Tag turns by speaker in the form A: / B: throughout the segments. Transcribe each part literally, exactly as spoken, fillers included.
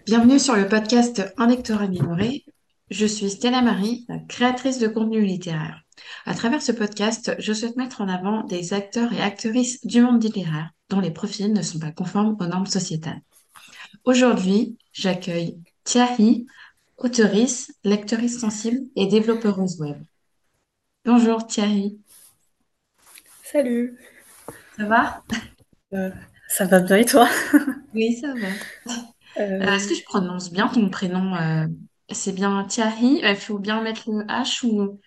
A: Bienvenue sur le podcast Un lecteur amélioré. Je suis Stella Marie, la créatrice de contenu littéraire. À travers ce podcast, je souhaite mettre en avant des acteurs et actrices du monde littéraire dont les profils ne sont pas conformes aux normes sociétales. Aujourd'hui, j'accueille Thierry, auteurice, lectrice sensible et développeuse web. Bonjour Thierry,
B: Salut,
A: ça va?
B: euh, ça va bien et toi?
A: Oui, ça va. Euh, est-ce que
B: Euh,
A: je prononce bien ton prénom? euh, c'est bien Thierry? Il faut bien mettre le H ou...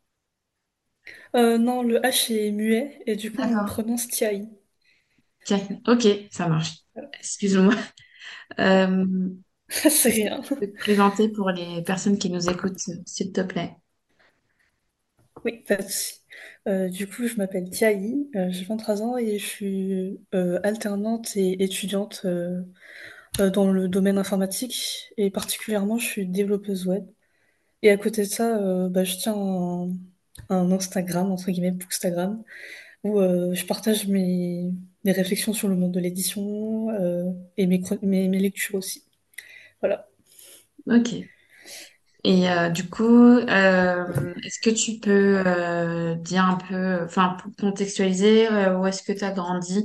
B: euh, non, le H est muet et du coup on
A: D'accord.
B: prononce Tiaï.
A: Thierry. Ok, ça marche. Excuse-moi. Euh,
B: C'est
A: Est-ce que
B: rien.
A: tu peux te présenter pour les personnes qui nous écoutent, s'il te plaît?
B: Oui, pas de souci. Euh, du coup, je m'appelle Tiaï, euh, j'ai vingt-trois ans et je suis euh, alternante et étudiante euh, euh, dans le domaine informatique et particulièrement je suis développeuse web. Et à côté de ça, euh, bah, je tiens un, un Instagram, entre guillemets, Bookstagram, où euh, je partage mes, mes réflexions sur le monde de l'édition euh, et mes, chron- mes, mes lectures aussi. Voilà.
A: Ok. Et euh, du coup, euh, est-ce que tu peux euh, dire un peu, enfin, pour contextualiser, euh, où est-ce que tu as grandi?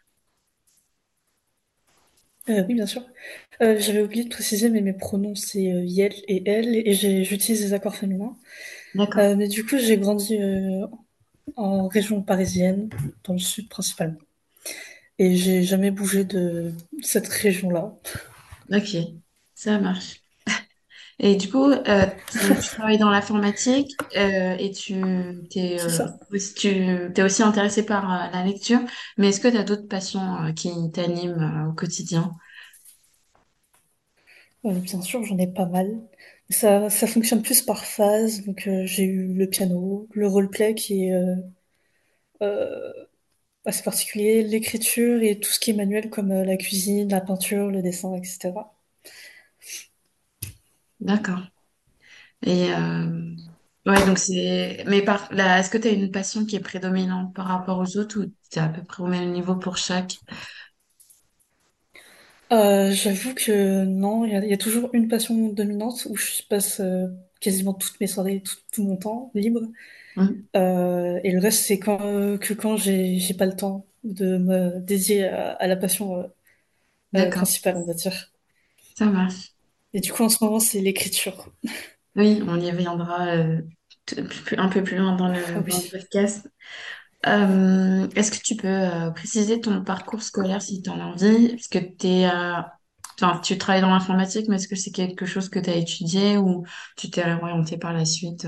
B: Euh, oui, bien sûr. Euh, j'avais oublié de préciser, mais mes pronoms, c'est euh, Yel et elle, et j'ai- j'utilise les accords féminins.
A: D'accord.
B: Euh, mais du coup, j'ai grandi euh, en région parisienne, dans le sud principalement. Et j'ai jamais bougé de cette région-là.
A: Ok, ça marche. Et du coup, euh, donc, tu travailles dans l'informatique euh, et tu t'es
B: C'est
A: euh,
B: ça.
A: aussi, tu, t'es aussi intéressé par euh, la lecture, mais est-ce que tu as d'autres passions euh, qui t'animent euh, au quotidien?
B: Euh, bien sûr, j'en ai pas mal. Ça, ça fonctionne plus par phase. Donc, euh, j'ai eu le piano, le roleplay qui est euh, euh, assez particulier, l'écriture et tout ce qui est manuel comme euh, la cuisine, la peinture, le dessin, et cetera.
A: D'accord. Et euh, ouais, donc c'est. Mais par là, est-ce que tu as une passion qui est prédominante par rapport aux autres ou tu es à peu près au même niveau pour chaque?
B: Euh, j'avoue que non, il y a, il y a toujours une passion dominante où je passe euh, quasiment toutes mes soirées, tout, tout mon temps libre.
A: Hmm.
B: Euh, et le reste, c'est quand, que quand j'ai, j'ai pas le temps de me dédier à, à la passion euh, euh,
A: D'accord,
B: principale, on va dire.
A: ça marche.
B: Et du coup, en ce moment, c'est l'écriture.
A: Oui, on y reviendra euh, t- plus- un peu plus loin dans le,
B: Ah
A: dans le
B: oui.
A: podcast. Euh, est-ce que tu peux euh, préciser ton parcours scolaire si tu en as envie? Parce que t'es, euh, enfin, tu travailles dans l'informatique, mais est-ce que c'est quelque chose que tu as étudié ou tu t'es orienté par la suite?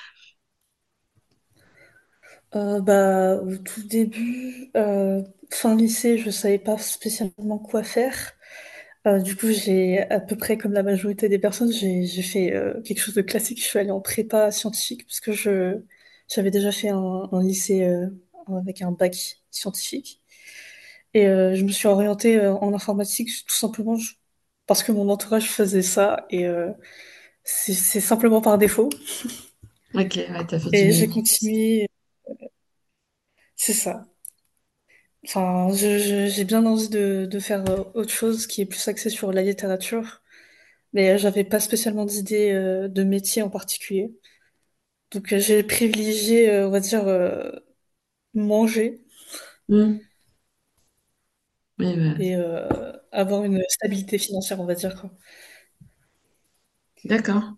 B: Euh, bah, au tout début, euh, fin lycée, je savais pas spécialement quoi faire. Euh, du coup, j'ai à peu près comme la majorité des personnes, j'ai j'ai fait euh, quelque chose de classique. Je suis allée en prépa scientifique parce que je j'avais déjà fait un, un lycée euh, avec un bac scientifique et euh, je me suis orientée euh, en informatique tout simplement je- parce que mon entourage faisait ça et euh, c'est c'est simplement par défaut.
A: Ok, ouais, t'as fait du
B: Et j'ai
A: mix.
B: continué, c'est ça. Enfin, je- je- j'ai bien envie de, de faire euh, autre chose qui est plus axé sur la littérature, mais euh, j'avais pas spécialement d'idée euh, de métier en particulier. Donc euh, j'ai privilégié, euh, on va dire, euh, manger
A: Hmm. Oui, bah,
B: et euh, avoir une stabilité financière, on va dire, quoi.
A: d'accord.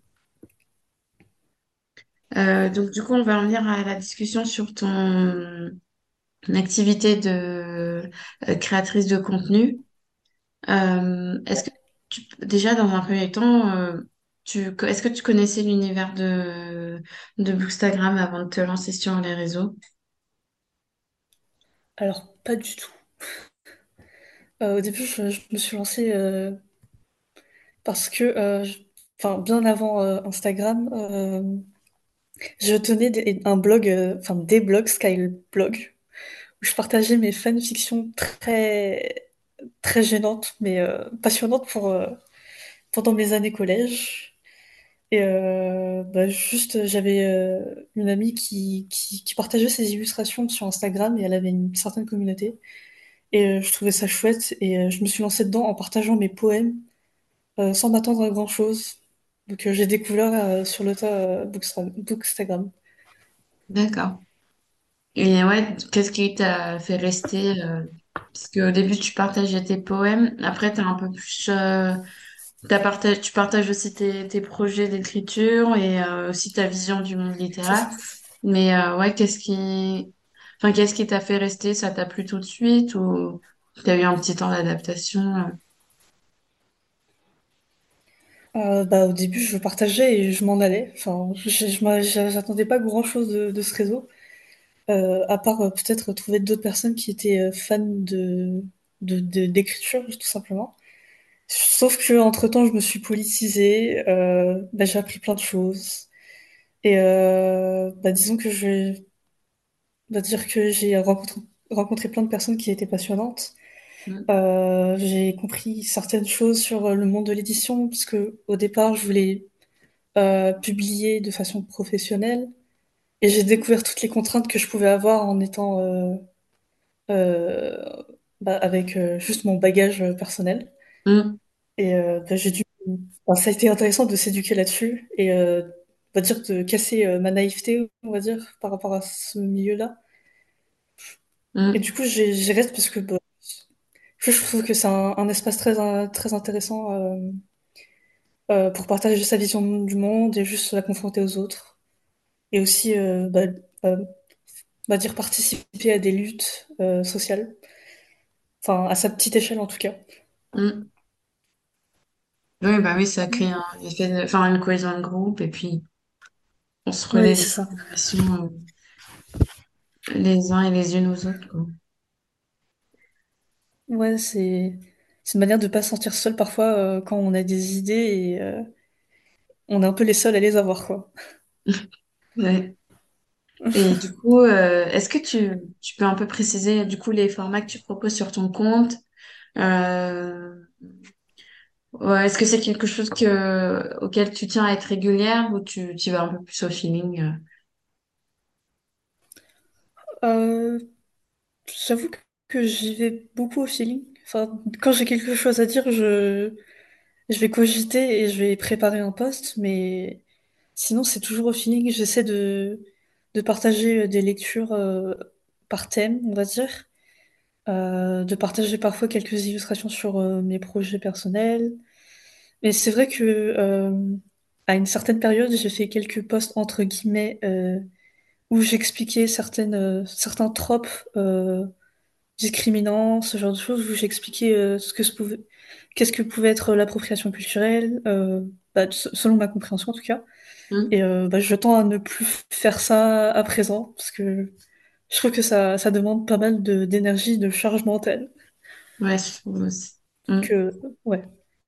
A: Euh, donc, du coup, on va en venir à la discussion sur ton activité de euh, créatrice de contenu. Euh, est-ce que tu, déjà, dans un premier temps, euh, tu, est-ce que tu connaissais l'univers de, de Bookstagram avant de te lancer sur les réseaux?
B: Alors, pas du tout. Euh, au début, je, je me suis lancée euh, parce que, euh, je- enfin, bien avant euh, Instagram, euh, je tenais des- un blog, euh, enfin des blogs, Skyblog, où je partageais mes fanfictions très, très gênantes, mais euh, passionnantes pour, euh, pendant mes années collège. Et euh, bah, juste, j'avais euh, une amie qui, qui, qui partageait ses illustrations sur Instagram et elle avait une certaine communauté. Et euh, je trouvais ça chouette et euh, je me suis lancée dedans en partageant mes poèmes euh, sans m'attendre à grand-chose. Donc euh, j'ai découvert euh, sur le tas euh, Booksta- Bookstagram.
A: D'accord. Et ouais, qu'est-ce qui t'a fait rester euh, parce qu'au début, tu partageais tes poèmes. Après, t'as un peu plus... euh, t'as partagé, tu partages aussi tes, tes projets d'écriture et euh, aussi ta vision du monde
B: C'est
A: littéraire.
B: ça.
A: Mais euh, ouais, qu'est-ce qui... Enfin, qu'est-ce qui t'a fait rester? Ça t'a plu tout de suite ou t'as eu un petit temps d'adaptation? euh
B: Euh, bah, au début, je partageais et je m'en allais. Enfin, je, je, m'a- j'attendais pas grand-chose de, de ce réseau, euh, à part euh, peut-être trouver d'autres personnes qui étaient euh, fans de, de, de- d'écriture, tout simplement. Sauf que entre-temps, je me suis politisée, euh, bah, j'ai appris plein de choses. Et euh, bah, disons que je vais bah, dire que j'ai rencontré, rencontré plein de personnes qui étaient passionnantes.
A: Mm,
B: Euh, j'ai compris certaines choses sur le monde de l'édition, parce que au départ, je voulais euh, publier de façon professionnelle. Et j'ai découvert toutes les contraintes que je pouvais avoir en étant euh, euh, bah, avec euh, juste mon bagage euh, personnel.
A: mm,
B: Et euh, bah, j'ai dû. Enfin, ça a été intéressant de s'éduquer là-dessus et euh, on va dire de casser euh, ma naïveté, on va dire, par rapport à ce milieu-là. Et
A: mm,
B: du coup, j'ai j'y reste parce que bah, je trouve que c'est un, un espace très, euh, très intéressant euh, euh, pour partager sa vision du monde et juste la confronter aux autres. Et aussi, euh, bah, euh, on va dire, participer à des luttes euh, sociales. Enfin, à sa petite échelle en tout cas.
A: mm. Oui, bah oui, ça crée un effet de... enfin, une cohésion de groupe et puis on se
B: Oui,
A: relaie
B: c'est
A: des
B: ça.
A: informations euh, les uns et les unes aux autres, quoi.
B: Ouais, c'est c'est une manière de pas se sentir seul parfois euh, quand on a des idées et euh, on est un peu les seuls à les avoir, quoi.
A: Ouais. Et du coup, euh, est-ce que tu, tu peux un peu préciser du coup les formats que tu proposes sur ton compte? Euh, ouais, est-ce que c'est quelque chose que, auquel tu tiens à être régulière ou tu, tu vas un peu plus au feeling? euh
B: Euh, J'avoue que que j'y vais beaucoup au feeling. Enfin, quand j'ai quelque chose à dire, je, je vais cogiter et je vais préparer un post, mais sinon, c'est toujours au feeling. J'essaie de, de partager des lectures euh, par thème, on va dire. Euh, de partager parfois quelques illustrations sur euh, mes projets personnels. Mais c'est vrai que euh, à une certaine période, j'ai fait quelques posts entre guillemets euh, où j'expliquais certaines, euh, certains tropes euh, discriminants, ce genre de choses, où j'expliquais euh, ce que ce pouvait, qu'est-ce que pouvait être l'appropriation culturelle, euh, bah, s- selon ma compréhension en tout cas.
A: Hmm.
B: Et euh, bah, je tends à ne plus faire ça à présent parce que je trouve que ça, ça demande pas mal de d'énergie, de charge mentale.
A: Ouais, je trouve aussi. Hmm.
B: Que ouais,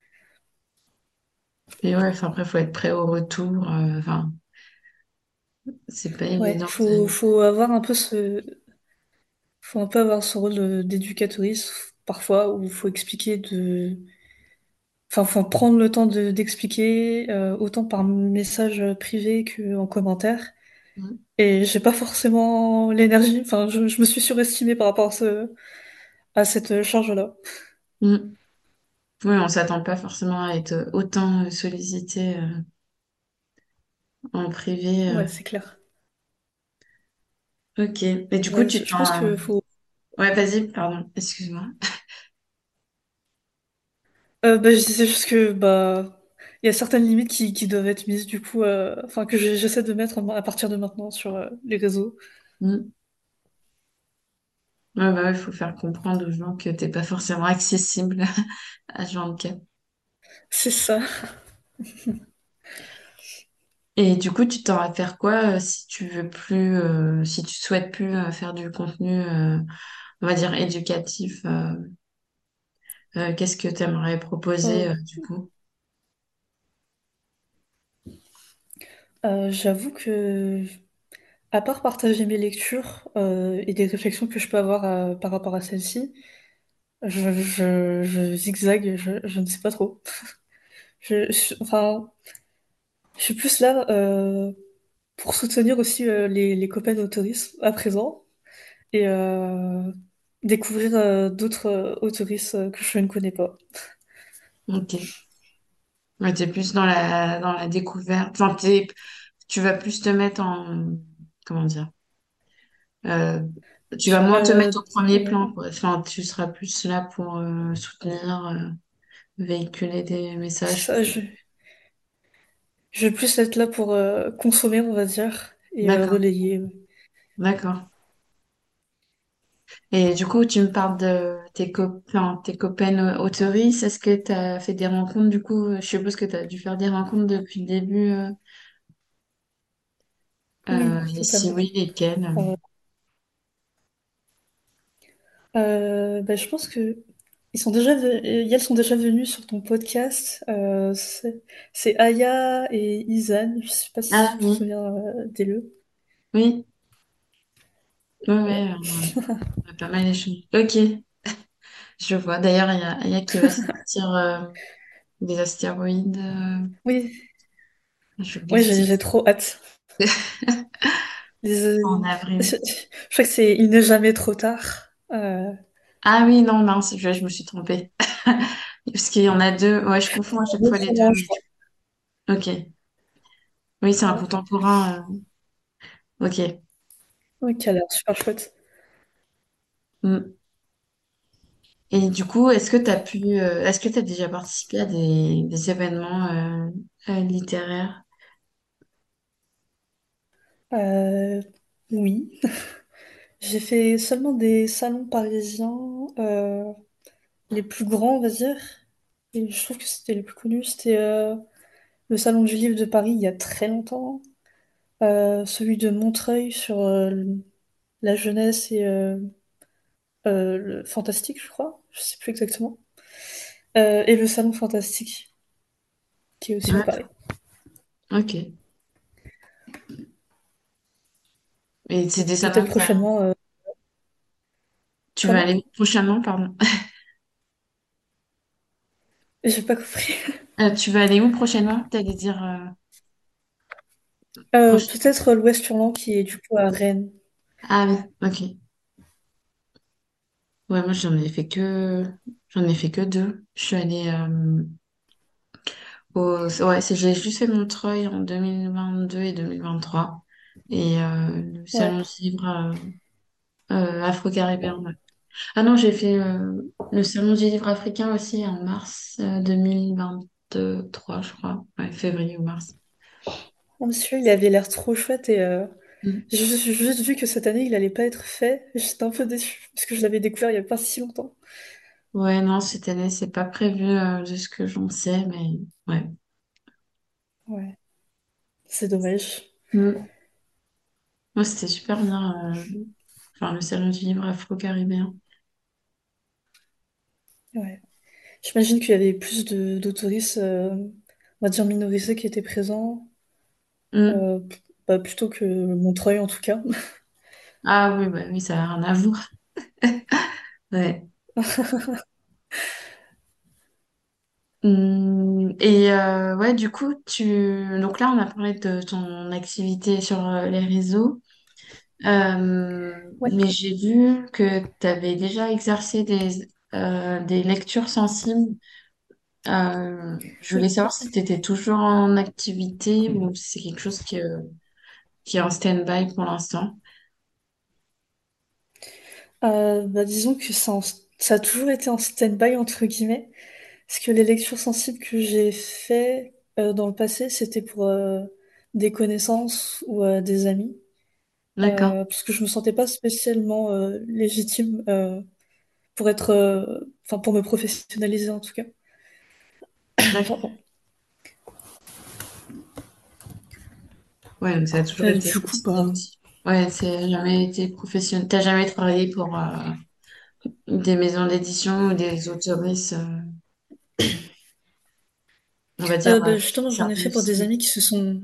A: Et ouais, enfin après, faut être prêt au retour. euh, Enfin, c'est pas
B: ouais,
A: évident
B: faut
A: de...
B: faut avoir un peu ce faut un peu avoir ce rôle de- d'éducatrice parfois où il faut expliquer de enfin faut prendre le temps de d'expliquer euh, autant par message privé qu'en commentaire
A: Hmm.
B: et j'ai pas forcément l'énergie enfin je, je me suis surestimée par rapport à ce à cette charge-là.
A: Hmm. Oui, on s'attend pas forcément à être autant euh, sollicité euh, en privé. euh.
B: Ouais, c'est clair.
A: Ok. Et du coup,
B: Ouais,
A: tu
B: je, je pense
A: t'en...
B: que faut
A: Ouais, vas-y, pardon, excuse-moi.
B: euh, bah je disais juste que bah il y a certaines limites qui, qui doivent être mises du coup euh, enfin que j'ai- j'essaie de mettre à partir de maintenant sur euh, les réseaux.
A: Hmm. Ouais, bah, il faut faire comprendre aux gens que t'es pas forcément accessible à ce genre de cas.
B: C'est ça.
A: Et du coup, tu t'en vas faire quoi euh, si tu veux plus, euh, si tu souhaites plus euh, faire du contenu, euh, on va dire éducatif, euh, euh, qu'est-ce que tu aimerais proposer
B: Euh,
A: euh, du coup?
B: euh, j'avoue que à part partager mes lectures euh, et des réflexions que je peux avoir euh, par rapport à celles-ci, je, je, je zigzague, je, je ne sais pas trop. Je, je- enfin, je suis plus là euh, pour soutenir aussi euh, les, les copains autoristes à présent et euh, découvrir euh, d'autres euh, autoristes euh, que je ne connais pas.
A: Ok. Ouais, t'es plus dans la, dans la découverte. Enfin, t'es, tu vas plus te mettre en, comment dire, euh, tu vas moins te
B: Euh,
A: mettre au premier
B: ouais.
A: plan, quoi. Enfin, tu seras plus là pour euh, soutenir, euh, véhiculer des messages.
B: Ça, je, je vais plus être là pour euh, consommer, on va dire, et euh,
A: D'accord,
B: relayer.
A: d'accord. Et du coup, tu me parles de tes copains, tes copaines euh, autoristes. Est-ce que tu as fait des rencontres, du coup, euh, je suppose que tu as dû faire des rencontres depuis le début. Euh, euh,
B: Oui,
A: et si
B: totalement.
A: oui, lesquelles?
B: Euh, euh, bah, je pense que ils sont déjà, ve- et elles sont déjà venues sur ton podcast. Euh, c'est c'est Aya et Izan. Je sais pas
A: Ah
B: si tu te
A: oui,
B: souviens euh, d'eux.
A: oui, oui,
B: Ouais.
A: oui, on a pas mal échangé. Ok, je vois. D'ailleurs, il y a, il y a qui va sortir euh, des astéroïdes. Euh,
B: Oui,
A: j'ai oublié
B: ouais,
A: le
B: j'ai
A: titre.
B: j'ai trop hâte. Les, euh,
A: En
B: je,
A: avril.
B: je crois que c'est Il n'est jamais trop tard. Euh,
A: Ah oui, non, mince, je, je me suis trompée. Parce qu'il y en a deux. Ouais, je confonds à chaque fois les deux,
B: Autrement, je
A: mais ok. Oui, c'est un
B: crois.
A: contemporain. euh, Ok.
B: Ouais, qui a l'air super chouette.
A: Mm. Et du coup, est-ce que tu as pu, euh, est-ce que tu as déjà participé à des, des événements euh, euh, littéraires?
B: Euh, oui. J'ai fait seulement des salons parisiens, euh, les plus grands, on va dire. Et je trouve que c'était les plus connus. C'était euh, le salon du livre de Paris il y a très longtemps, euh, celui de Montreuil sur euh, la jeunesse et euh, euh, le fantastique, je crois. Je sais plus exactement. Euh, et le salon fantastique, qui est aussi à Paris.
A: D'accord. Ok. Et c'est des
B: Peut-être
A: salons que t'as-
B: prochainement. euh,
A: tu vas
B: Comment?
A: aller prochainement, pardon.
B: J'ai pas compris.
A: Euh, tu vas aller où prochainement? T'allais dire euh,
B: Euh,
A: prochainement.
B: peut-être l'Ouest Hurlant qui est du coup à Rennes.
A: Ah oui, ok. Ouais, moi j'en ai fait que j'en ai fait que deux. Je suis allée euh, au ouais, c'est j'ai juste fait Montreuil en deux mille vingt-deux et deux mille vingt-trois. Et euh, le
B: Ouais.
A: salon du livre euh, euh, afro-caribéen. Ouais. Ah non, j'ai fait euh, le salon du livre africain aussi en mars euh, deux mille vingt-trois, je crois. Ouais, février ou mars.
B: Oh, monsieur, il avait l'air trop chouette et euh,
A: Mm.
B: j'ai juste, j'ai juste vu que cette année il allait pas être fait. J'étais un peu déçue parce que je l'avais découvert il y a pas si longtemps.
A: Ouais, non, cette année, c'est pas prévu euh, de ce que j'en sais, mais ouais.
B: Ouais, c'est dommage.
A: Mm. Moi, c'était super bien. euh, Enfin, le salon du livre afro-caribéen.
B: Ouais. J'imagine qu'il y avait plus de d'autoristes, euh, on va dire minorisés qui étaient présents,
A: Mm.
B: euh, p- bah, plutôt que Montreuil en tout cas.
A: Ah oui, bah, oui, ça n'a rien à voir. Ouais. Mm. Et euh, ouais, du coup, tu... Donc là, on a parlé de ton activité sur euh, les réseaux. Euh,
B: Ouais.
A: mais j'ai vu que tu avais déjà exercé des, euh, des lectures sensibles. Euh, je voulais
B: Oui.
A: savoir si tu étais toujours en activité ou si c'est quelque chose qui, euh, qui est en stand-by pour l'instant.
B: Euh, bah, disons que ça, en- ça a toujours été en stand-by entre guillemets, parce que les lectures sensibles que j'ai fait euh, dans le passé, c'était pour euh, des connaissances ou euh, des amis.
A: D'accord,
B: Euh, parce que je me sentais pas spécialement euh, légitime euh, pour être, euh, enfin pour me professionnaliser en tout cas.
A: d'accord.
B: Pardon.
A: Ouais, donc ça a toujours
B: Euh,
A: été
B: du coup, bah,
A: associatif. Ouais, c'est jamais été professionnel. T'as jamais travaillé pour euh, des maisons d'édition ou des autoristes, euh, on va dire,
B: euh,
A: euh,
B: bah, justement, j'en ai fait pour des
A: certifiés.
B: amis qui se sont,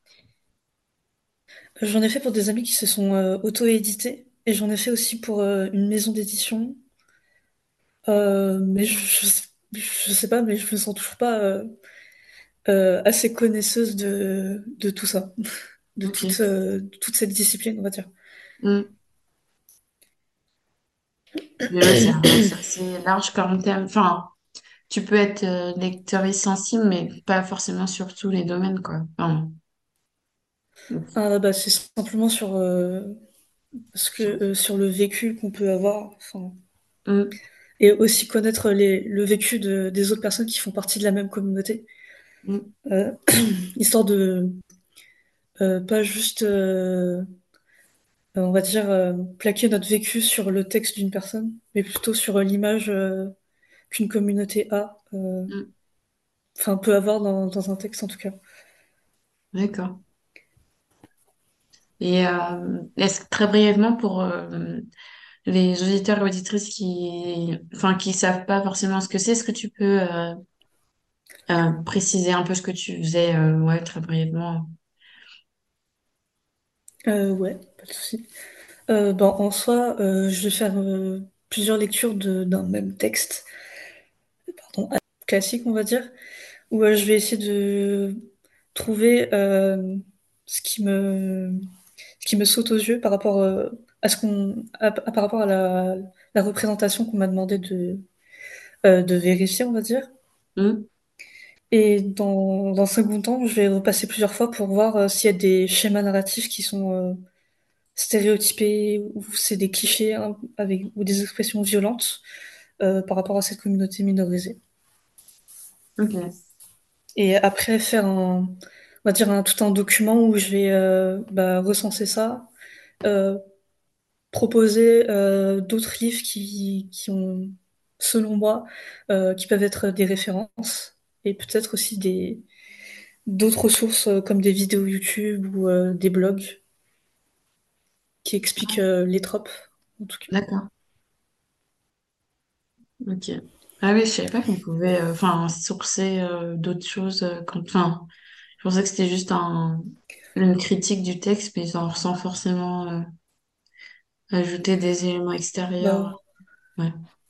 B: j'en ai fait pour des amis qui se sont euh, auto-édités et j'en ai fait aussi pour euh, une maison d'édition. Euh, mais je, je, sais je sais pas, mais je me sens toujours pas euh, euh, assez connaisseuse de, de tout ça, de toute,
A: Ok.
B: euh, de toute cette discipline, on va dire.
A: Mm. Mais ouais, c'est ouais, c'est assez large comme thème. Enfin, tu peux être euh, lectrice sensible, mais pas forcément sur tous les domaines, quoi. Enfin,
B: Ah, bah, c'est simplement sur, euh, parce que,
A: sur-
B: euh, sur le vécu qu'on peut avoir, enfin,
A: Mm,
B: et aussi connaître les, le vécu de, des autres personnes qui font partie de la même communauté,
A: mm,
B: euh, histoire de euh, pas juste, euh, on va dire, euh, plaquer notre vécu sur le texte d'une personne, mais plutôt sur euh, l'image euh, qu'une communauté a, euh,
A: mm.
B: enfin peut avoir dans, dans un texte en tout cas.
A: D'accord. Et euh, est-ce que très brièvement pour euh, les auditeurs et auditrices qui, enfin, qui savent pas forcément ce que c'est, est-ce que tu peux euh, euh, préciser un peu ce que tu faisais, euh, ouais, très brièvement.
B: Euh, ouais, pas de souci. Euh, ben, en soi, euh, je vais faire euh, plusieurs lectures de- d'un même texte, pardon, classique on va dire, où euh, je vais essayer de trouver euh, ce qui me ce qui me saute aux yeux par rapport euh, à ce qu'on à- à- par rapport à la, la représentation qu'on m'a demandé de euh, de vérifier, on va dire.
A: Mm,
B: Et dans, dans un second temps, je vais repasser plusieurs fois pour voir euh, s'il y a des schémas narratifs qui sont euh, stéréotypés ou c'est des clichés hein, avec ou des expressions violentes euh, par rapport à cette communauté minorisée.
A: ok.
B: Et après faire un, on va dire un, tout un document où je vais euh, bah, recenser ça, euh, proposer euh, d'autres livres qui, qui ont, selon moi, euh, qui peuvent être des références et peut-être aussi des d'autres sources euh, comme des vidéos YouTube ou euh, des blogs qui expliquent euh, les tropes, en tout cas.
A: D'accord. Ok. Ah oui, je savais pas qu'on pouvait, euh, enfin, sourcer euh, d'autres choses euh, quand, enfin, je pensais que c'était juste un, une critique du texte, mais sans, sans forcément euh, ajouter des éléments
B: Bah,
A: extérieurs. Ouais.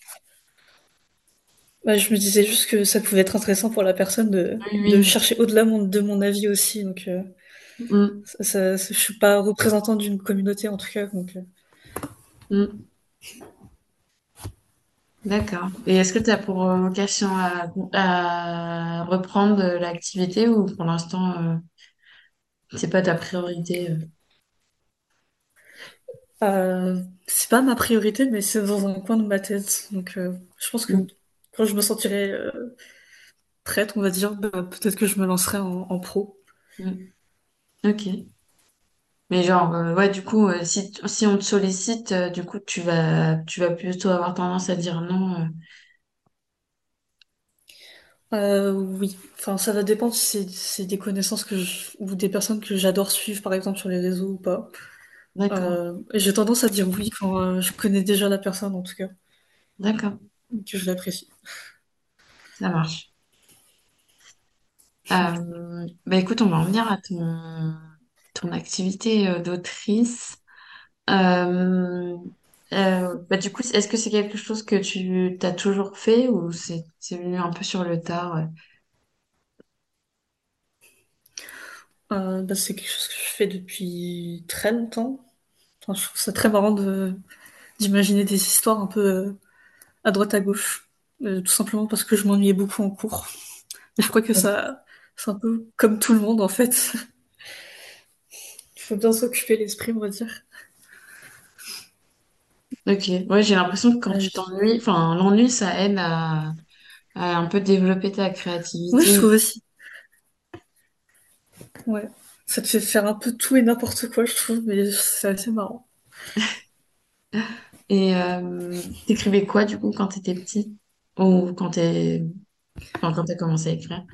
B: bah, je me disais juste que ça pouvait être intéressant pour la personne de,
A: Oui,
B: de
A: oui.
B: chercher au-delà mon- de mon avis aussi. Donc, euh,
A: Mm,
B: ça, ça- ça- je suis pas représentant d'une communauté en tout cas. Donc, euh,
A: mm. D'accord. Et est-ce que tu as pour euh, vocation à, à reprendre de l'activité ou pour l'instant, euh, c'est pas ta priorité? euh
B: euh, c'est pas ma priorité, mais c'est dans un coin de ma tête. Donc, euh, je pense que
A: Mm,
B: quand je me sentirai euh, prête, on va dire, bah, peut-être que je me lancerai en, en pro.
A: mm. Ok. Mais genre, euh, ouais, du coup, euh, si, si on te sollicite, euh, du coup, tu vas, tu vas plutôt avoir tendance à dire non. euh.
B: Euh, oui, enfin ça va dépendre si c'est c'est des connaissances que je- ou des personnes que j'adore suivre par exemple sur les réseaux ou pas.
A: D'accord,
B: Euh, et j'ai tendance à dire oui quand euh, je connais déjà la personne en tout cas,
A: d'accord,
B: que je l'apprécie.
A: ça marche. Euh, bah écoute, on va en venir à ton, ton activité euh, d'autrice. Euh, euh, bah du coup, est-ce que c'est quelque chose que tu t'as toujours fait ou c'est c'est venu un peu sur le tard? Ouais.
B: Euh, bah, c'est quelque chose que je fais depuis très longtemps. Enfin, je trouve ça très marrant de d'imaginer des histoires un peu euh, à droite à gauche, Euh, tout simplement parce que je m'ennuyais beaucoup en cours. Et je crois que ça c'est un peu comme tout le monde en fait. Il faut bien s'occuper l'esprit, on va dire.
A: Ok, ouais, j'ai l'impression que quand
B: Euh,
A: tu t'ennuies, enfin, l'ennui, ça aide à, à un peu développer ta
B: ouais, je
A: créativité.
B: trouve aussi. Ouais. Ça te fait faire un peu tout et n'importe quoi, je trouve, mais c'est assez marrant.
A: Et euh, t'écrivais quoi du coup quand t'étais petit? Ou quand t'es, enfin, quand t'as commencé à écrire?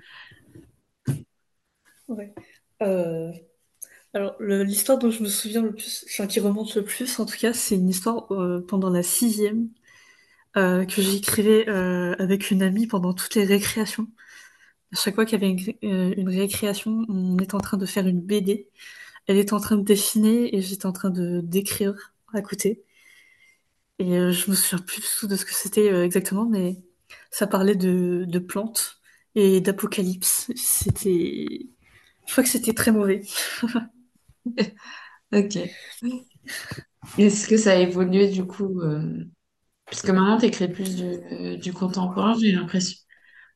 B: Ouais. Euh, alors, le- l'histoire dont je me souviens le plus, enfin, qui remonte le plus, en tout cas, c'est une histoire euh, pendant la sixième euh, que j'écrivais euh, avec une amie pendant toutes les récréations. À chaque fois qu'il y avait une, gré- euh, une récréation, on était en train de faire une B D. Elle était en train de dessiner et j'étais en train de d'écrire à côté. Et euh, je me souviens plus du tout de ce que c'était euh, exactement, mais ça parlait de, de plantes et d'apocalypse. C'était, je crois que c'était très mauvais.
A: Ok. Est-ce que ça a évolué du coup? euh, Parce que maintenant t'écris plus du, du contemporain, j'ai l'impression.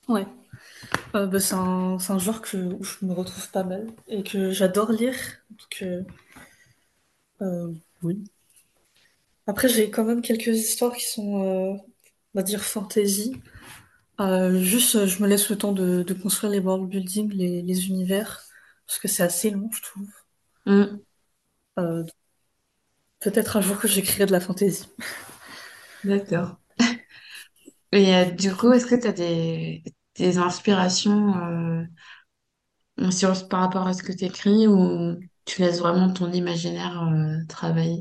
B: Ouais. Euh, bah, c'est un, c'est un genre que, où je me retrouve pas mal et que j'adore lire. Donc, euh, euh, oui. Après, j'ai quand même quelques histoires qui sont, euh, on va dire, fantasy. Euh, juste, euh, je me laisse le temps de, de construire les world building, les, les univers, parce que c'est assez long, je trouve.
A: Hmm,
B: Euh, Peut-être un jour que j'écrirai de la fantasy.
A: d'accord. Et euh, du coup, est-ce que tu as des, des inspirations euh, sur, par rapport à ce que tu écris ou tu laisses vraiment ton imaginaire euh, travailler?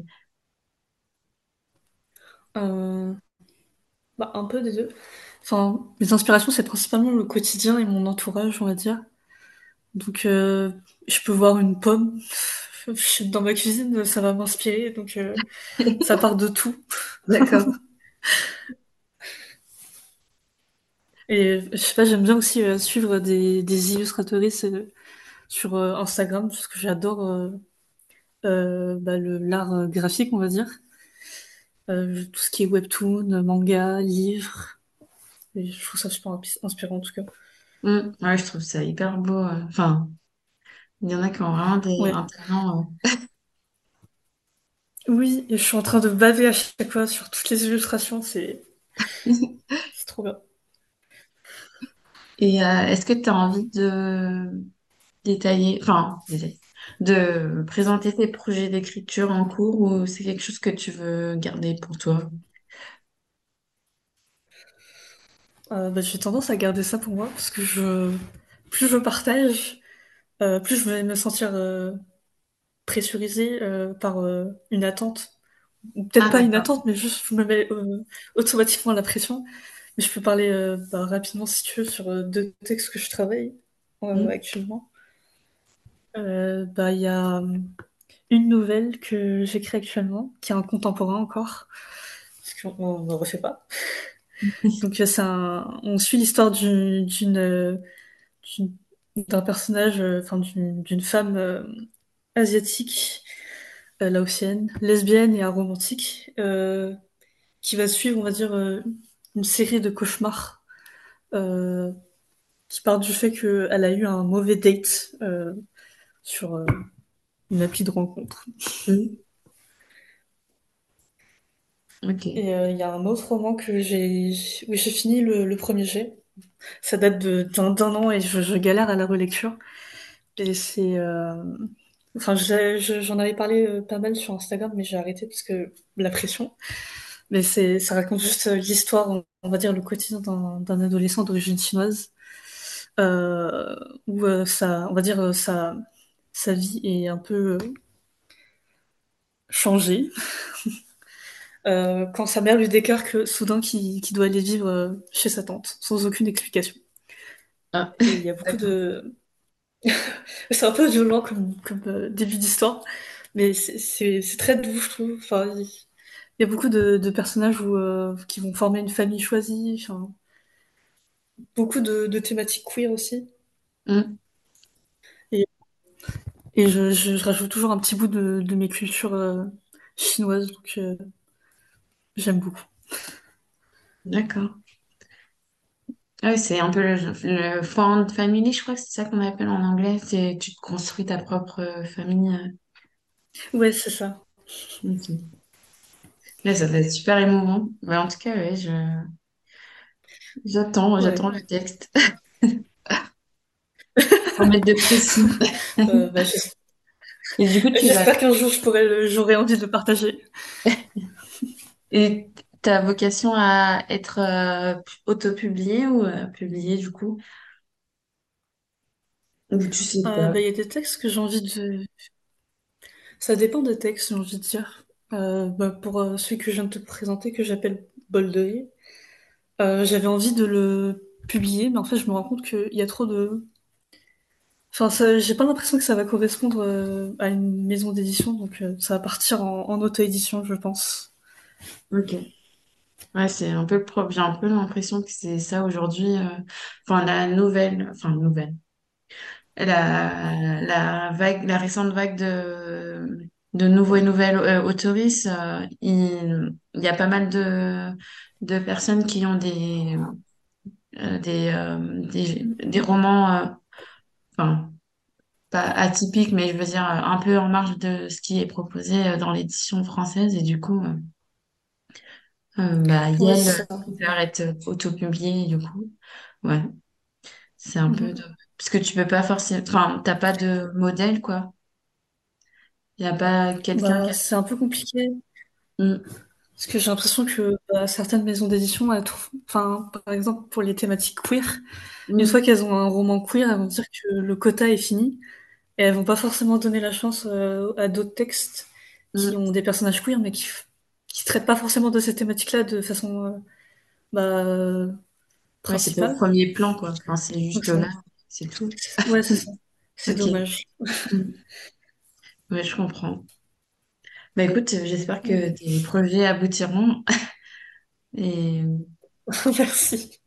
B: Euh, Bah, un peu des deux. Enfin, mes inspirations, c'est principalement le quotidien et mon entourage, on va dire. Donc, euh, je peux voir une pomme je suis dans ma cuisine, ça va m'inspirer. Donc, euh, ça part de tout.
A: D'accord.
B: Et je sais pas, j'aime bien aussi euh, suivre des, des illustratrices euh, sur euh, Instagram, parce que j'adore euh, euh, bah, le l'art euh, graphique, on va dire. Euh, tout ce qui est webtoon, manga, livre. Et je trouve ça super inspi- inspirant, en tout cas.
A: Hmm, ouais, je trouve ça hyper beau. euh. Enfin, il y en a qui ont vraiment des,
B: Ouais.
A: un talent.
B: Oui, et je suis en train de baver à chaque fois sur toutes les illustrations, c'est
A: euh.
B: c'est trop bien.
A: Et euh, est-ce que tu as envie de détailler, enfin, détailler, de présenter tes projets d'écriture en cours ou c'est quelque chose que tu veux garder pour toi?
B: Euh, bah, j'ai tendance à garder ça pour moi, parce que je plus je partage, euh, plus je vais me sentir euh, pressurisée euh, par euh, une attente. Ou peut-être
A: Ah,
B: pas une
A: d'accord.
B: attente, mais juste je me mets euh, automatiquement la pression. Mais je peux parler euh, bah, rapidement, si tu veux, sur euh, deux textes que je travaille euh,
A: Hmm.
B: actuellement. Euh, bah, il y a euh, une nouvelle que j'écris actuellement, qui est un contemporain encore, parce qu'on ne refait pas. Donc euh, c'est un... on suit l'histoire du- d'une, euh, d'une- d'un personnage, euh, enfin d'une d'une femme euh, asiatique, euh, laotienne, lesbienne et aromantique, euh, qui va suivre, on va dire, euh, une série de cauchemars euh, qui partent du fait qu'elle a eu un mauvais date euh, sur euh, une appli de rencontre.
A: Hmm. Ok.
B: Et euh, il y a un autre roman que j'ai, oui, j'ai fini le, le premier jet. Ça date de d'un d'un an et je, je galère à la relecture. Et c'est, euh, enfin, j'ai- je- j'en avais parlé euh, pas mal sur Instagram, mais j'ai arrêté parce que la pression. Mais c'est, ça raconte juste euh, l'histoire, on on va dire le quotidien d'un d'un adolescent d'origine chinoise, euh, où euh, ça, on va dire euh, sa sa vie est un peu euh, changée euh, quand sa mère lui déclare que soudain qu'il qu'il doit aller vivre euh, chez sa tante sans aucune explication.
A: Ah,
B: Et il y a beaucoup
A: d'accord.
B: de, c'est un peu violent comme, comme euh, début d'histoire, mais c'est c'est- c'est très doux, je trouve. Enfin, il il y a beaucoup de, de personnages où, euh, qui vont former une famille choisie, enfin, beaucoup de, de thématiques queer aussi.
A: Hmm.
B: Et, et je, je- je rajoute toujours un petit bout de, de mes cultures euh, chinoises, donc euh, j'aime beaucoup.
A: D'accord. Ah oui, c'est un peu le, le found family, je crois que c'est ça qu'on appelle en anglais. C'est tu te construis ta propre euh, famille. euh.
B: Ouais, c'est ça.
A: Ok. Là, ça va être super émouvant. Mais en tout cas, ouais, je, j'attends,
B: Ouais.
A: j'attends le texte. Sans mettre de pression.
B: Euh, bah, j'es-
A: Et du coup, tu vas,
B: j'espère qu'un jour je pourrai le- j'aurai envie de le partager.
A: et t'as vocation à être euh, autopublié ou euh, publié du coup? Ou tu sais
B: Euh,
A: pas?
B: bah, il y a des textes que j'ai envie de... Ça dépend des textes, j'ai envie de dire. Euh, bah, pour euh, celui que je viens de te présenter, que j'appelle Bolderie, euh, j'avais envie de le publier, mais en fait, je me rends compte qu'il y a trop de... Enfin, ça- j'ai pas l'impression que ça va correspondre euh, à une maison d'édition, donc euh, ça va partir en, en auto-édition, je pense.
A: Ok. Ouais, c'est un peu le problème. J'ai un peu l'impression que c'est ça aujourd'hui. euh, Enfin, la nouvelle, enfin, nouvelle. La, la vague, la récente vague de, de nouveaux et nouvelles euh, autoristes, euh, il, il y a pas mal de, de personnes qui ont des, euh, des, euh, des, des romans, euh, enfin, pas atypiques, mais je veux dire euh, un peu en marge de ce qui est proposé euh, dans l'édition française. Et du coup, euh, euh, bah,
B: Ouais,
A: Yale
B: c'est
A: euh,
B: ça.
A: préfère être auto-publié, et du coup, ouais, c'est un peu de...
B: Mhm.
A: Parce que tu peux pas forcément... Enfin, t'as pas de modèle, quoi. Il n'y a pas quelqu'un qui
B: Bah,
A: a...
B: c'est un peu compliqué
A: Mm,
B: parce que j'ai l'impression que bah, certaines maisons d'édition, elles trouvent, enfin, par exemple pour les thématiques queer, une fois
A: mm,
B: qu'elles ont un roman queer, elles vont dire que le quota est fini et elles vont pas forcément donner la chance euh, à d'autres textes qui
A: mm.
B: ont des personnages queer mais qui qui traitent pas forcément de ces thématiques-là de façon euh, bah,
A: Ouais, c'est pas au
B: principale.
A: premier plan, quoi. Enfin, c'est
B: Donc
A: juste
B: ça,
A: là, c'est tout.
B: ouais, c'est ça. C'est
A: Ok.
B: dommage.
A: Mm. Ouais, je comprends. Bah écoute, euh, j'espère que
B: Mm.
A: tes projets aboutiront. Et
B: Merci.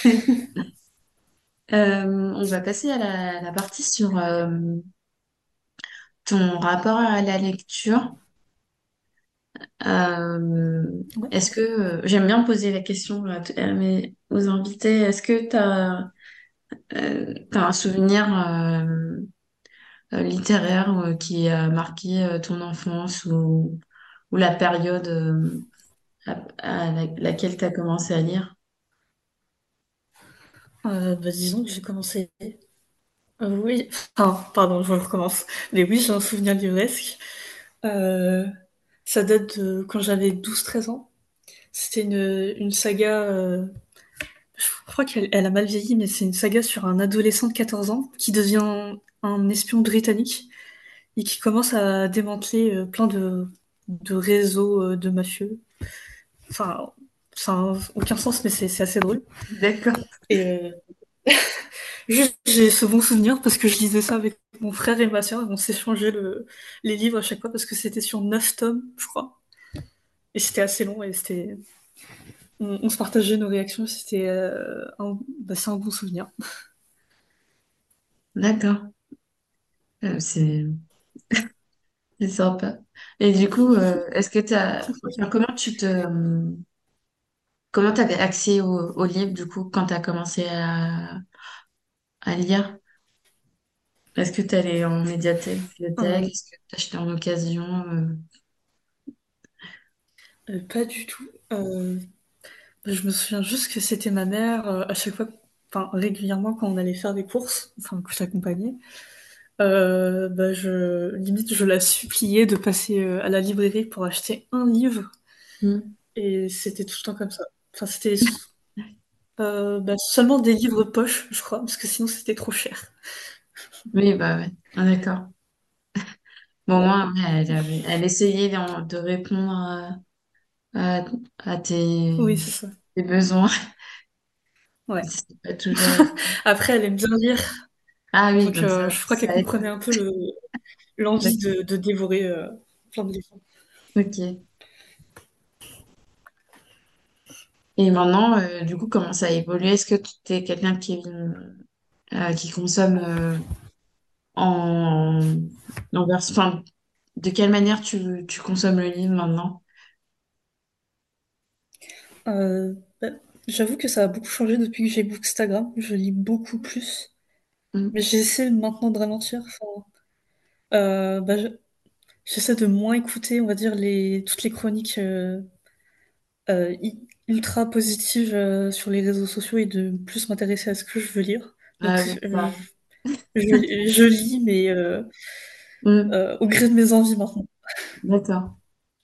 A: Euh, on va passer à la, la partie sur euh, ton rapport à la lecture. Euh,
B: Ouais.
A: est-ce que, euh, j'aime bien poser la question à, t- à mes, aux invités, est-ce que tu as, un souvenir euh, euh, littéraire euh, qui a marqué euh, ton enfance ou, ou la période euh, à, à la- laquelle tu as commencé à lire?
B: Euh, bah, disons que j'ai commencé. Euh, oui, enfin, pardon, je recommence. Mais oui, j'ai un souvenir livresque. Euh, Ça date de quand j'avais douze treize ans. C'était une, une saga, euh, je crois qu'elle elle a mal vieilli, mais c'est une saga sur un adolescent de quatorze ans qui devient un espion britannique et qui commence à démanteler euh, plein de, de réseaux euh, de mafieux. Enfin, ça n'a aucun sens, mais c'est c'est assez drôle.
A: D'accord.
B: Et euh, juste, j'ai ce bon souvenir parce que je lisais ça avec mon frère et ma sœur et on s'échangeait le, les livres à chaque fois parce que c'était sur neuf tomes, je crois. Et c'était assez long et c'était, on, on se partageait nos réactions. C'était euh, un, bah, c'est un bon souvenir.
A: D'accord. Euh, c'est c'est sympa. Et du coup, euh, est-ce que t'as, enfin, comment tu te, comment tu avais accès au, au livre, du coup, quand tu as commencé à, à lire? Est-ce que tu allais en médiathèque, bibliothèque?
B: Euh,
A: Est-ce que tu achetais en occasion? euh
B: euh, Pas du tout. Euh, je me souviens juste que c'était ma mère euh, à chaque fois, enfin régulièrement quand on allait faire des courses, enfin que je l'accompagnais. Euh, bah, je limite je la suppliais de passer euh, à la librairie pour acheter un livre
A: Hmm.
B: et c'était tout le temps comme ça. Enfin c'était euh, bah, seulement des livres poche, je crois, parce que sinon c'était trop cher.
A: Oui, bah ouais. Ah, d'accord. Bon, moi, ouais, elle avait, elle essayait d'en- de répondre à, à, à tes,
B: Oui, c'est ça.
A: tes besoins.
B: Ouais.
A: C'est pas toujours.
B: Après, elle aime bien lire,
A: Ah oui,
B: donc
A: donc
B: euh,
A: ça,
B: je crois qu'elle
A: ça aide.
B: comprenait un peu le l'envie
A: D'accord.
B: de, de dévorer euh, plein de livres.
A: Ok. Et maintenant, euh, du coup, comment ça a évolué? Est-ce que tu es quelqu'un qui, euh, qui consomme euh, en, en vers- enfin, de quelle manière tu, tu consommes le livre maintenant?
B: Euh, bah, j'avoue que ça a beaucoup changé depuis que j'ai Bookstagram. Je lis beaucoup plus,
A: Mm.
B: mais j'essaie maintenant de ralentir. Enfin, euh, bah, je- j'essaie de moins écouter, on va dire, les, toutes les chroniques euh, euh, i- ultra positives euh, sur les réseaux sociaux et de plus m'intéresser à ce que je veux lire.
A: Ah
B: Donc,
A: oui,
B: euh,
A: ça.
B: je, je lis, mais euh,
A: Mm.
B: euh, au gré de mes envies maintenant.
A: D'accord.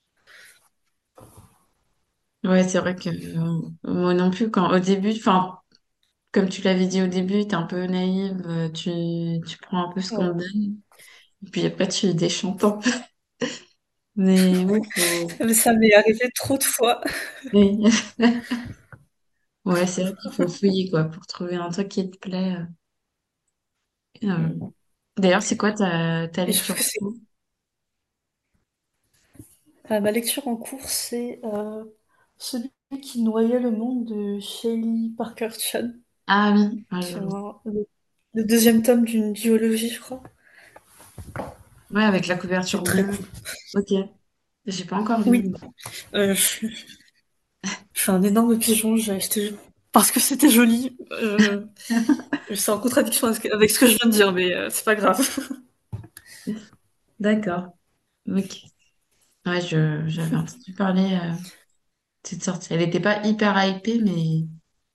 A: Ouais, c'est vrai que euh, moi non plus, quand au début, enfin, comme tu l'avais dit au début, t'es un peu naïve, euh, tu, tu prends un peu ce qu'on
B: Ouais.
A: te donne, et puis après tu déchantes un peu. Mais oui, faut...
B: Mais ça m'est arrivé trop de fois.
A: oui. Ouais, c'est vrai qu'il faut fouiller, quoi, pour trouver un truc qui te plaît. euh. Euh, D'ailleurs, c'est quoi ta, ta
B: Et je trouve
A: lecture?
B: que c'est Euh, ma lecture en cours, c'est euh, celui qui noyait le monde de Shelley Parker Chan.
A: Ah oui, ouais, je
B: C'est
A: vois.
B: un- le, le deuxième tome d'une duologie, je crois.
A: Ouais, avec la
B: C'est
A: couverture
B: très
A: bleue.
B: cool.
A: Ok, j'ai pas encore lu.
B: Oui, euh, je, je suis un énorme pigeon, j'ai acheté. parce que c'était joli. Euh, c'est en contradiction avec avec ce que je viens de dire, mais euh, c'est pas grave.
A: D'accord. Ok. Ouais, je, j'avais entendu parler euh, de cette sortie. Elle n'était pas hyper hypée, mais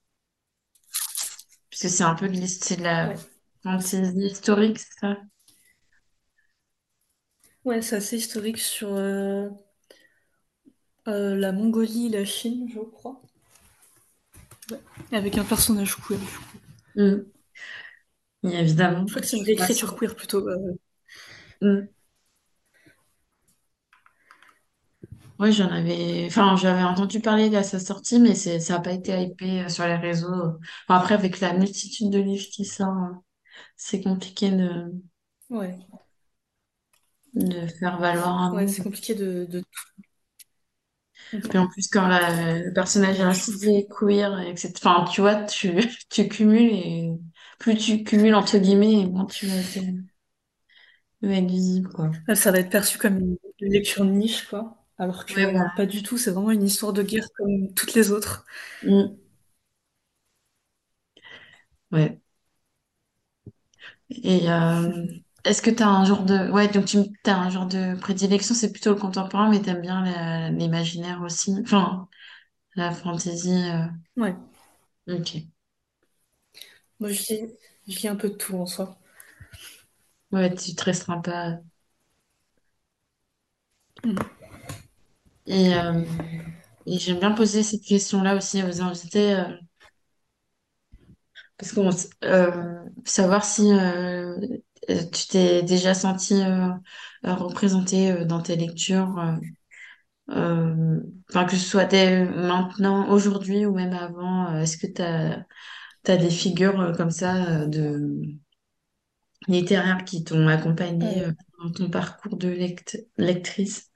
A: puisque c'est un peu de l'his- c'est de la
B: Ouais,
A: fantasy historique, c'est ça?
B: ouais, c'est assez historique sur euh, euh, la Mongolie et la Chine, je crois. Ouais. Avec un personnage queer.
A: Mm. Et évidemment,
B: Je crois que c'est une
A: tu vas
B: réécriture
A: sur-
B: queer plutôt. euh.
A: Mm. Oui, j'en avais, enfin, j'avais entendu parler de sa sortie, mais c'est, ça n'a pas été hypé euh, sur les réseaux. Enfin, après, avec la multitude de livres qui sortent, c'est compliqué de,
B: Ouais,
A: de faire valoir un
B: ouais,
A: nom.
B: c'est compliqué de, de...
A: Puis en plus, quand la- le personnage est racisé, queer, et cetera. Enfin, tu vois, tu, tu cumules et plus tu cumules entre guillemets, et moins tu vas être, tu vas être visible, quoi.
B: Ouais, ça va être perçu comme une lecture de niche, quoi. Alors
A: Ouais,
B: que
A: voilà.
B: pas du tout, c'est vraiment une histoire de guerre comme toutes les autres.
A: Mm. Ouais. Et euh, est-ce que tu as un genre de... Ouais, donc tu as un genre de prédilection, c'est plutôt le contemporain, mais t'aimes bien la- l'imaginaire aussi. Enfin, la fantaisie. euh,
B: Ouais,
A: Ok.
B: moi je lis, je lis un peu de tout en soi.
A: Ouais, tu te restreins pas.
B: Mhm.
A: Et, euh, et j'aime bien poser cette question-là aussi aux invités, euh, parce qu'on s- euh, savoir si euh, euh, tu t'es déjà senti euh, euh, représenté euh, dans tes lectures, euh, euh, enfin que ce soit dès maintenant, aujourd'hui ou même avant. euh, Est-ce que tu as, des figures euh, comme ça euh, de littéraires qui t'ont accompagné
B: Euh,
A: euh, dans ton parcours de lect- lectrice?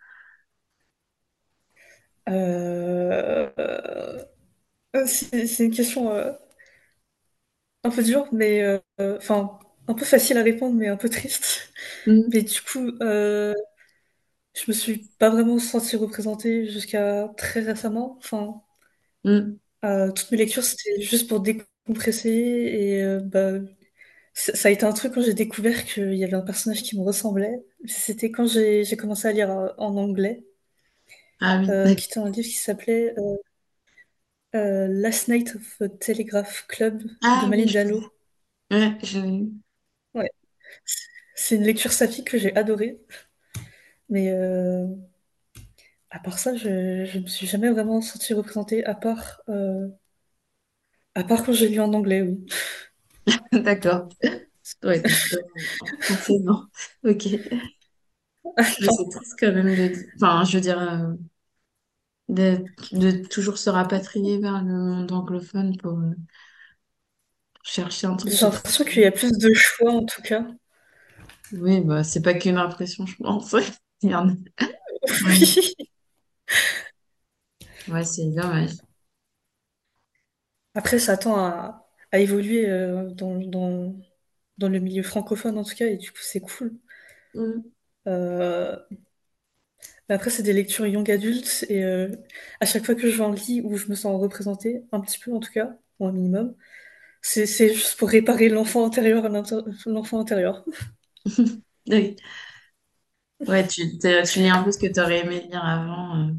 B: euh, euh, c'est c'est une question euh, un peu dure, mais euh, euh, enfin un peu facile à répondre, mais un peu triste.
A: Mm,
B: Mais du coup, euh, je me suis pas vraiment sentie représentée jusqu'à très récemment. Enfin,
A: mm.
B: euh, toutes mes lectures, c'était juste pour décompresser et euh, bah, ça ça a été un truc quand j'ai découvert qu'il y avait un personnage qui me ressemblait. C'était quand j'ai j'ai commencé à lire euh, en anglais,
A: Ah oui,
B: euh,
A: d'accord.
B: qui était un livre qui s'appelait euh, euh, Last Night of a Telegraph Club de
A: Ah oui,
B: Malin
A: je connais.
B: Dalo.
A: Ouais, je l'ai lu.
B: Ouais. C'est une lecture saphique que j'ai adorée, mais euh, à part ça, je, je me suis jamais vraiment sentie représentée, à part, euh, à part quand j'ai lu en anglais, oui.
A: D'accord. Ouais, donc euh, en français, non. Ok. Mais c'est triste quand même de... Enfin, je veux dire, euh, de, de toujours se rapatrier vers le monde anglophone pour euh, chercher un truc
B: J'ai
A: qui...
B: l'impression qu'il y a plus de choix, en tout cas.
A: Oui, bah, c'est pas qu'une impression, je pense. Il y en a- Ouais,
B: Oui.
A: ouais, c'est dommage.
B: Après, ça tend à, à évoluer euh, dans, dans, dans le milieu francophone, en tout cas, et du coup, c'est cool.
A: Mm.
B: Euh, mais après, c'est des lectures young adultes, et euh, à chaque fois que j'en lis où je me sens représentée, un petit peu en tout cas, ou un minimum, c'est c'est juste pour réparer l'enfant intérieur à l'inter- l'enfant intérieur.
A: Oui. Ouais, tu, t'es- tu lis un peu ce que tu aurais aimé lire avant. euh.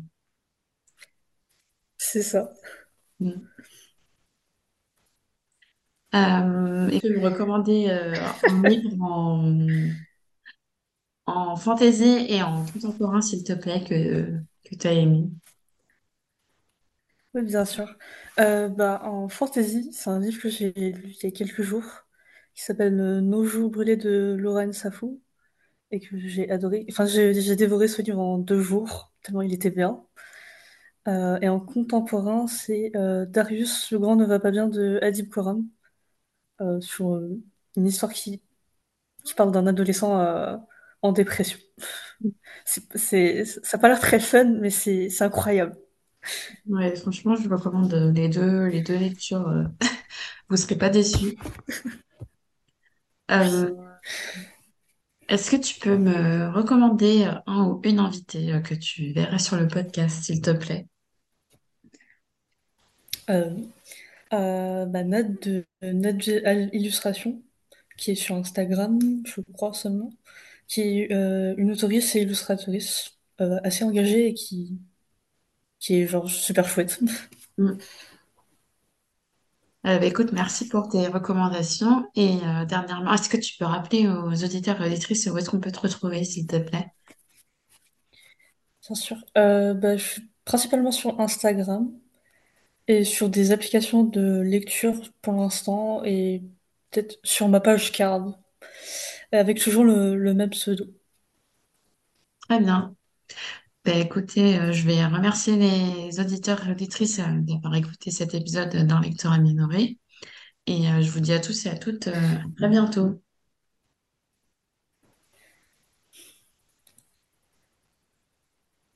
B: C'est ça.
A: Mm. Euh, et tu peux me recommander euh, un livre en, en fantasy et en contemporain, s'il te plaît, que, que tu as aimé.
B: Oui, bien sûr. Euh, bah, en fantasy, c'est un livre que j'ai lu il y a quelques jours, qui s'appelle euh, Nos jours brûlés de Lorraine Safou, et que j'ai adoré. Enfin, j'ai j'ai dévoré ce livre en deux jours, tellement il était bien. Euh, et en contemporain, c'est euh, Darius, le grand ne va pas bien de Adib Khorram, euh, sur euh, une histoire qui, qui parle d'un adolescent euh, en dépression. C'est, c'est- ça n'a pas l'air très fun, mais c'est c'est incroyable.
A: Ouais, franchement, je vous recommande euh, les deux, les deux lectures. euh, Vous serez pas déçus. Euh, Est-ce que tu peux me recommander euh, un ou une invitée euh, que tu verrais sur le podcast, s'il te plaît?
B: Euh, à bah, Nad de Nad Illustration, qui est sur Instagram, je crois seulement, qui est euh, une autrice et illustratrice euh, assez engagée et qui, qui est genre super chouette.
A: Mm. Euh, bah, écoute, merci pour tes recommandations. Et euh, dernièrement, est-ce que tu peux rappeler aux auditeurs et auditrices où est-ce qu'on peut te retrouver, s'il te plaît?
B: Bien sûr. Euh, bah, je suis principalement sur Instagram et sur des applications de lecture pour l'instant et peut-être sur ma page Card, avec toujours le, le même pseudo.
A: Très bien. Bah, écoutez, euh, je vais remercier les auditeurs et auditrices euh, d'avoir écouté cet épisode d'un lecteur amélioré. Et euh, je vous dis à tous et à toutes euh, à très bientôt.